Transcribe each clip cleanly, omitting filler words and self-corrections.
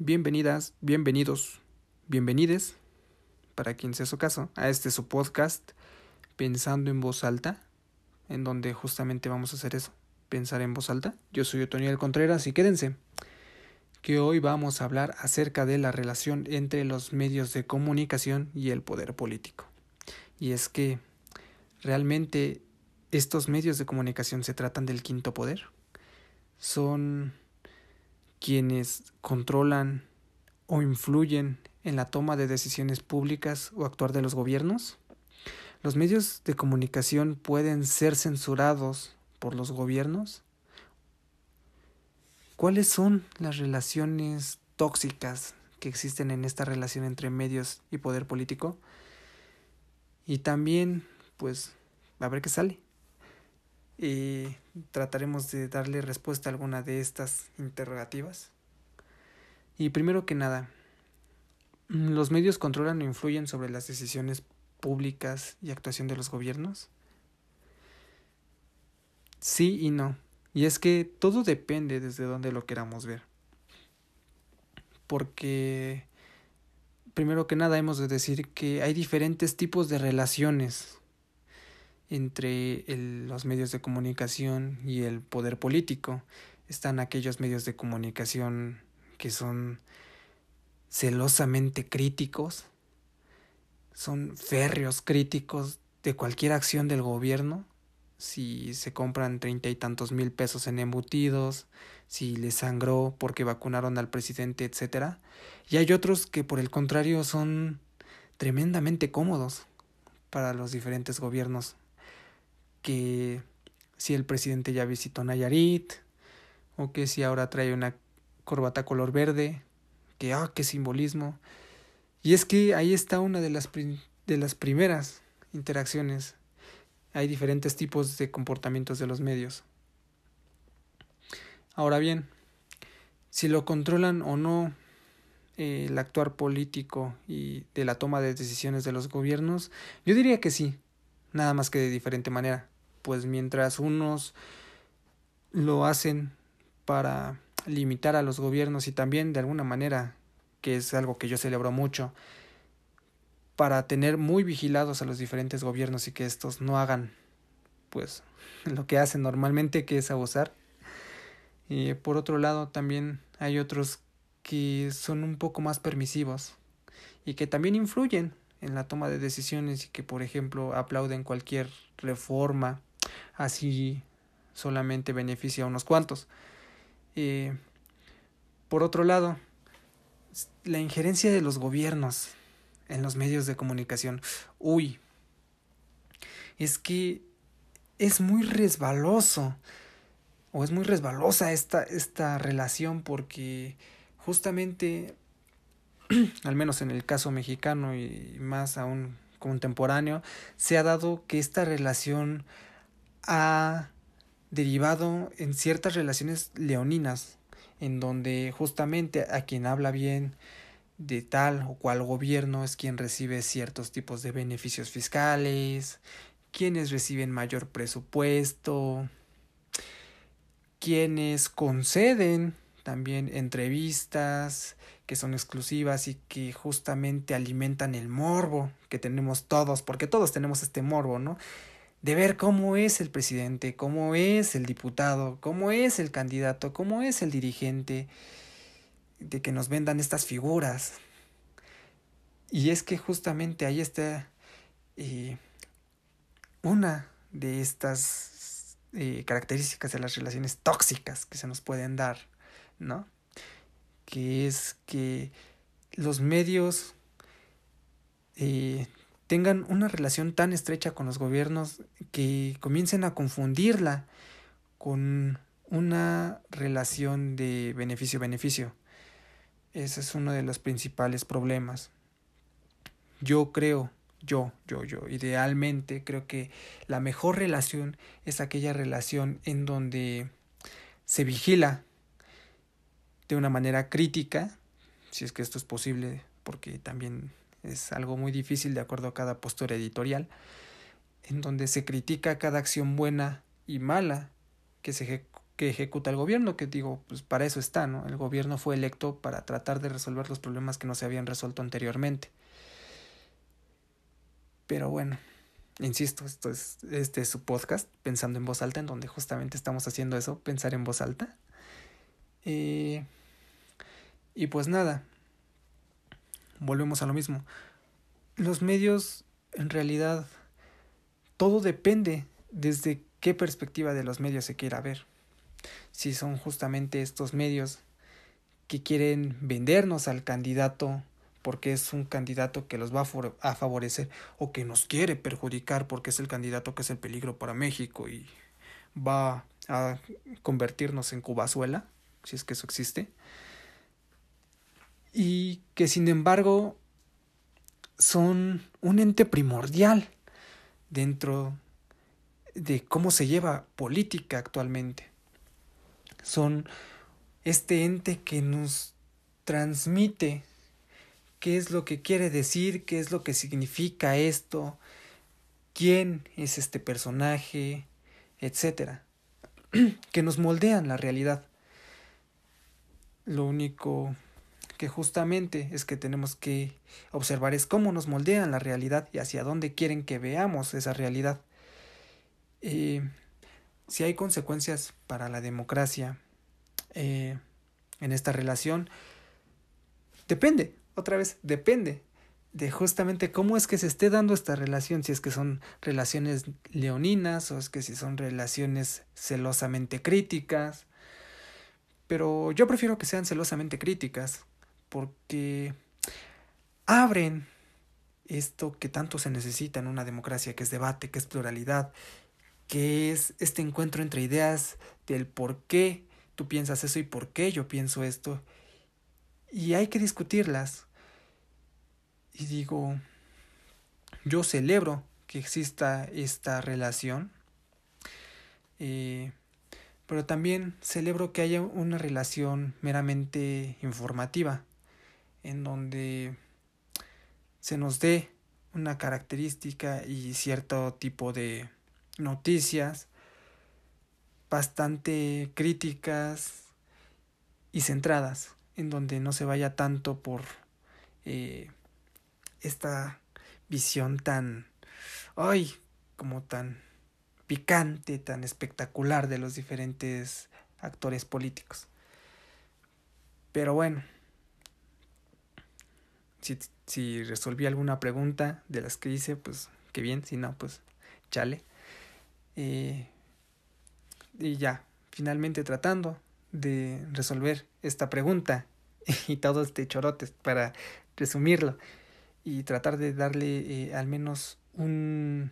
Bienvenidas, bienvenidos, bienvenides, para quien sea su caso, a este su podcast, Pensando en Voz Alta, en donde justamente vamos a hacer eso, pensar en voz alta. Yo soy Otoniel Contreras y quédense, que hoy vamos a hablar acerca de la relación entre los medios de comunicación y el poder político. Y es que, ¿realmente estos medios de comunicación se tratan del quinto poder? ¿Son quienes controlan o influyen en la toma de decisiones públicas o actuar de los gobiernos? ¿Los medios de comunicación pueden ser censurados por los gobiernos? ¿Cuáles son las relaciones tóxicas que existen en esta relación entre medios y poder político? Y también, pues, a ver qué sale. Trataremos de darle respuesta a alguna de estas interrogativas. Y primero que nada, ¿los medios controlan o influyen sobre las decisiones públicas y actuación de los gobiernos? Sí y no. Y es que todo depende desde donde lo queramos ver. Porque, primero que nada, hemos de decir que hay diferentes tipos de relaciones entre los medios de comunicación y el poder político. Están aquellos medios de comunicación que son celosamente críticos, son férreos críticos de cualquier acción del gobierno. Si se compran 30 y tantos mil pesos en embutidos, si les sangró porque vacunaron al presidente, etcétera. Y hay otros que por el contrario son tremendamente cómodos para los diferentes gobiernos, que si el presidente ya visitó Nayarit, o que si ahora trae una corbata color verde, que qué simbolismo. Y es que ahí está una de las primeras interacciones. Hay diferentes tipos de comportamientos de los medios. Ahora bien, si lo controlan o no el actuar político y de la toma de decisiones de los gobiernos, yo diría que sí, nada más que de diferente manera. Pues mientras unos lo hacen para limitar a los gobiernos y también de alguna manera, que es algo que yo celebro mucho, para tener muy vigilados a los diferentes gobiernos y que estos no hagan pues lo que hacen normalmente, que es abusar. Y por otro lado también hay otros que son un poco más permisivos y que también influyen en la toma de decisiones y que por ejemplo aplauden cualquier reforma, así solamente beneficia a unos cuantos. Por otro lado, la injerencia de los gobiernos en los medios de comunicación. Es que es muy resbaloso o es muy resbalosa esta relación, porque justamente, al menos en el caso mexicano y más aún contemporáneo, se ha dado que esta relación ha derivado en ciertas relaciones leoninas, en donde justamente a quien habla bien de tal o cual gobierno es quien recibe ciertos tipos de beneficios fiscales, quienes reciben mayor presupuesto, quienes conceden también entrevistas que son exclusivas y que justamente alimentan el morbo que tenemos todos, porque todos tenemos este morbo, ¿no? De ver cómo es el presidente, cómo es el diputado, cómo es el candidato, cómo es el dirigente, de que nos vendan estas figuras. Y es que justamente ahí está una de estas características de las relaciones tóxicas que se nos pueden dar, ¿no? Que es que los medios tengan una relación tan estrecha con los gobiernos que comiencen a confundirla con una relación de beneficio-beneficio. Ese es uno de los principales problemas. Yo creo, idealmente creo que la mejor relación es aquella relación en donde se vigila de una manera crítica, si es que esto es posible, porque también es algo muy difícil de acuerdo a cada postura editorial, en donde se critica cada acción buena y mala que que ejecuta el gobierno, que digo, pues para eso está, ¿no? El gobierno fue electo para tratar de resolver los problemas que no se habían resuelto anteriormente. Pero bueno, insisto, este es su podcast, Pensando en Voz Alta, en donde justamente estamos haciendo eso, pensar en voz alta. Y pues nada, volvemos a lo mismo. Los medios, en realidad, todo depende desde qué perspectiva de los medios se quiera ver. Si son justamente estos medios que quieren vendernos al candidato porque es un candidato que los va a favorecer, o que nos quiere perjudicar porque es el candidato que es el peligro para México y va a convertirnos en Cubazuela, si es que eso existe, y que sin embargo son un ente primordial dentro de cómo se lleva política actualmente. Son este ente que nos transmite qué es lo que quiere decir, qué es lo que significa esto, quién es este personaje, etcétera, que nos moldean la realidad. Lo único que justamente es que tenemos que observar es cómo nos moldean la realidad y hacia dónde quieren que veamos esa realidad. Si hay consecuencias para la democracia en esta relación, depende, otra vez, depende de justamente cómo es que se esté dando esta relación, si es que son relaciones leoninas o es que si son relaciones celosamente críticas. Pero yo prefiero que sean celosamente críticas, porque abren esto que tanto se necesita en una democracia, que es debate, que es pluralidad, que es este encuentro entre ideas del por qué tú piensas eso y por qué yo pienso esto. Y hay que discutirlas. Y digo, yo celebro que exista esta relación, pero también celebro que haya una relación meramente informativa, en donde se nos dé una característica y cierto tipo de noticias bastante críticas y centradas, en donde no se vaya tanto por esta visión tan, ay, como tan picante, tan espectacular de los diferentes actores políticos. Pero bueno, si resolví alguna pregunta de las que hice, pues qué bien, si no, pues chale. Y ya, finalmente tratando de resolver esta pregunta y todo este chorote para resumirlo y tratar de darle al menos una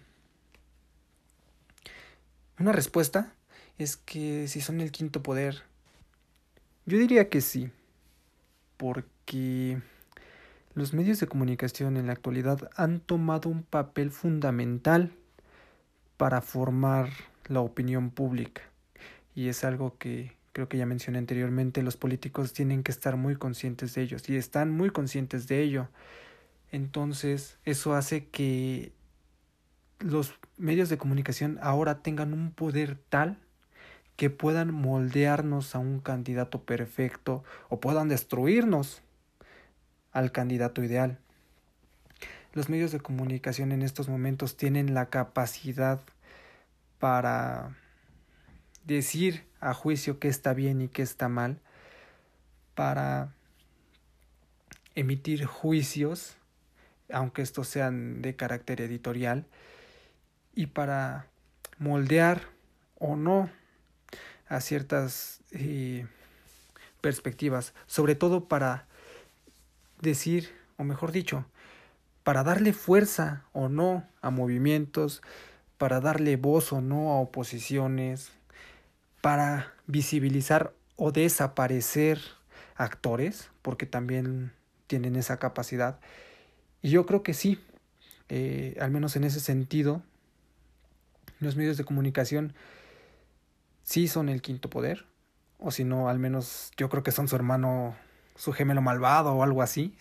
respuesta, es que si son el quinto poder, yo diría que sí, porque los medios de comunicación en la actualidad han tomado un papel fundamental para formar la opinión pública. Y es algo que creo que ya mencioné anteriormente, los políticos tienen que estar muy conscientes de ellos y están muy conscientes de ello. Entonces, eso hace que los medios de comunicación ahora tengan un poder tal que puedan moldearnos a un candidato perfecto o puedan destruirnos al candidato ideal. Los medios de comunicación en estos momentos tienen la capacidad para decir a juicio qué está bien y qué está mal, para emitir juicios, aunque estos sean de carácter editorial, y para moldear o no a ciertas perspectivas, sobre todo para decir, o mejor dicho, para darle fuerza o no a movimientos, para darle voz o no a oposiciones, para visibilizar o desaparecer actores, porque también tienen esa capacidad. Y yo creo que sí, al menos en ese sentido, los medios de comunicación sí son el quinto poder, o si no, al menos yo creo que son su hermano, su gemelo malvado o algo así.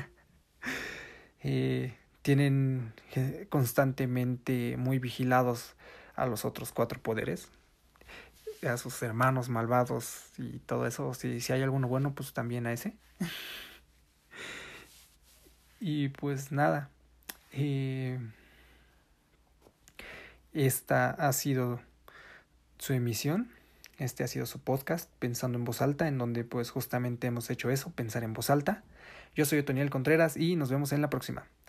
Tienen constantemente muy vigilados a los otros cuatro poderes. a sus hermanos malvados y todo eso. Si hay alguno bueno, pues también a ese. Y pues nada, esta ha sido su emisión. Este ha sido su podcast, Pensando en Voz Alta, en donde pues justamente hemos hecho eso, pensar en voz alta. Yo soy Otoniel Contreras y nos vemos en la próxima.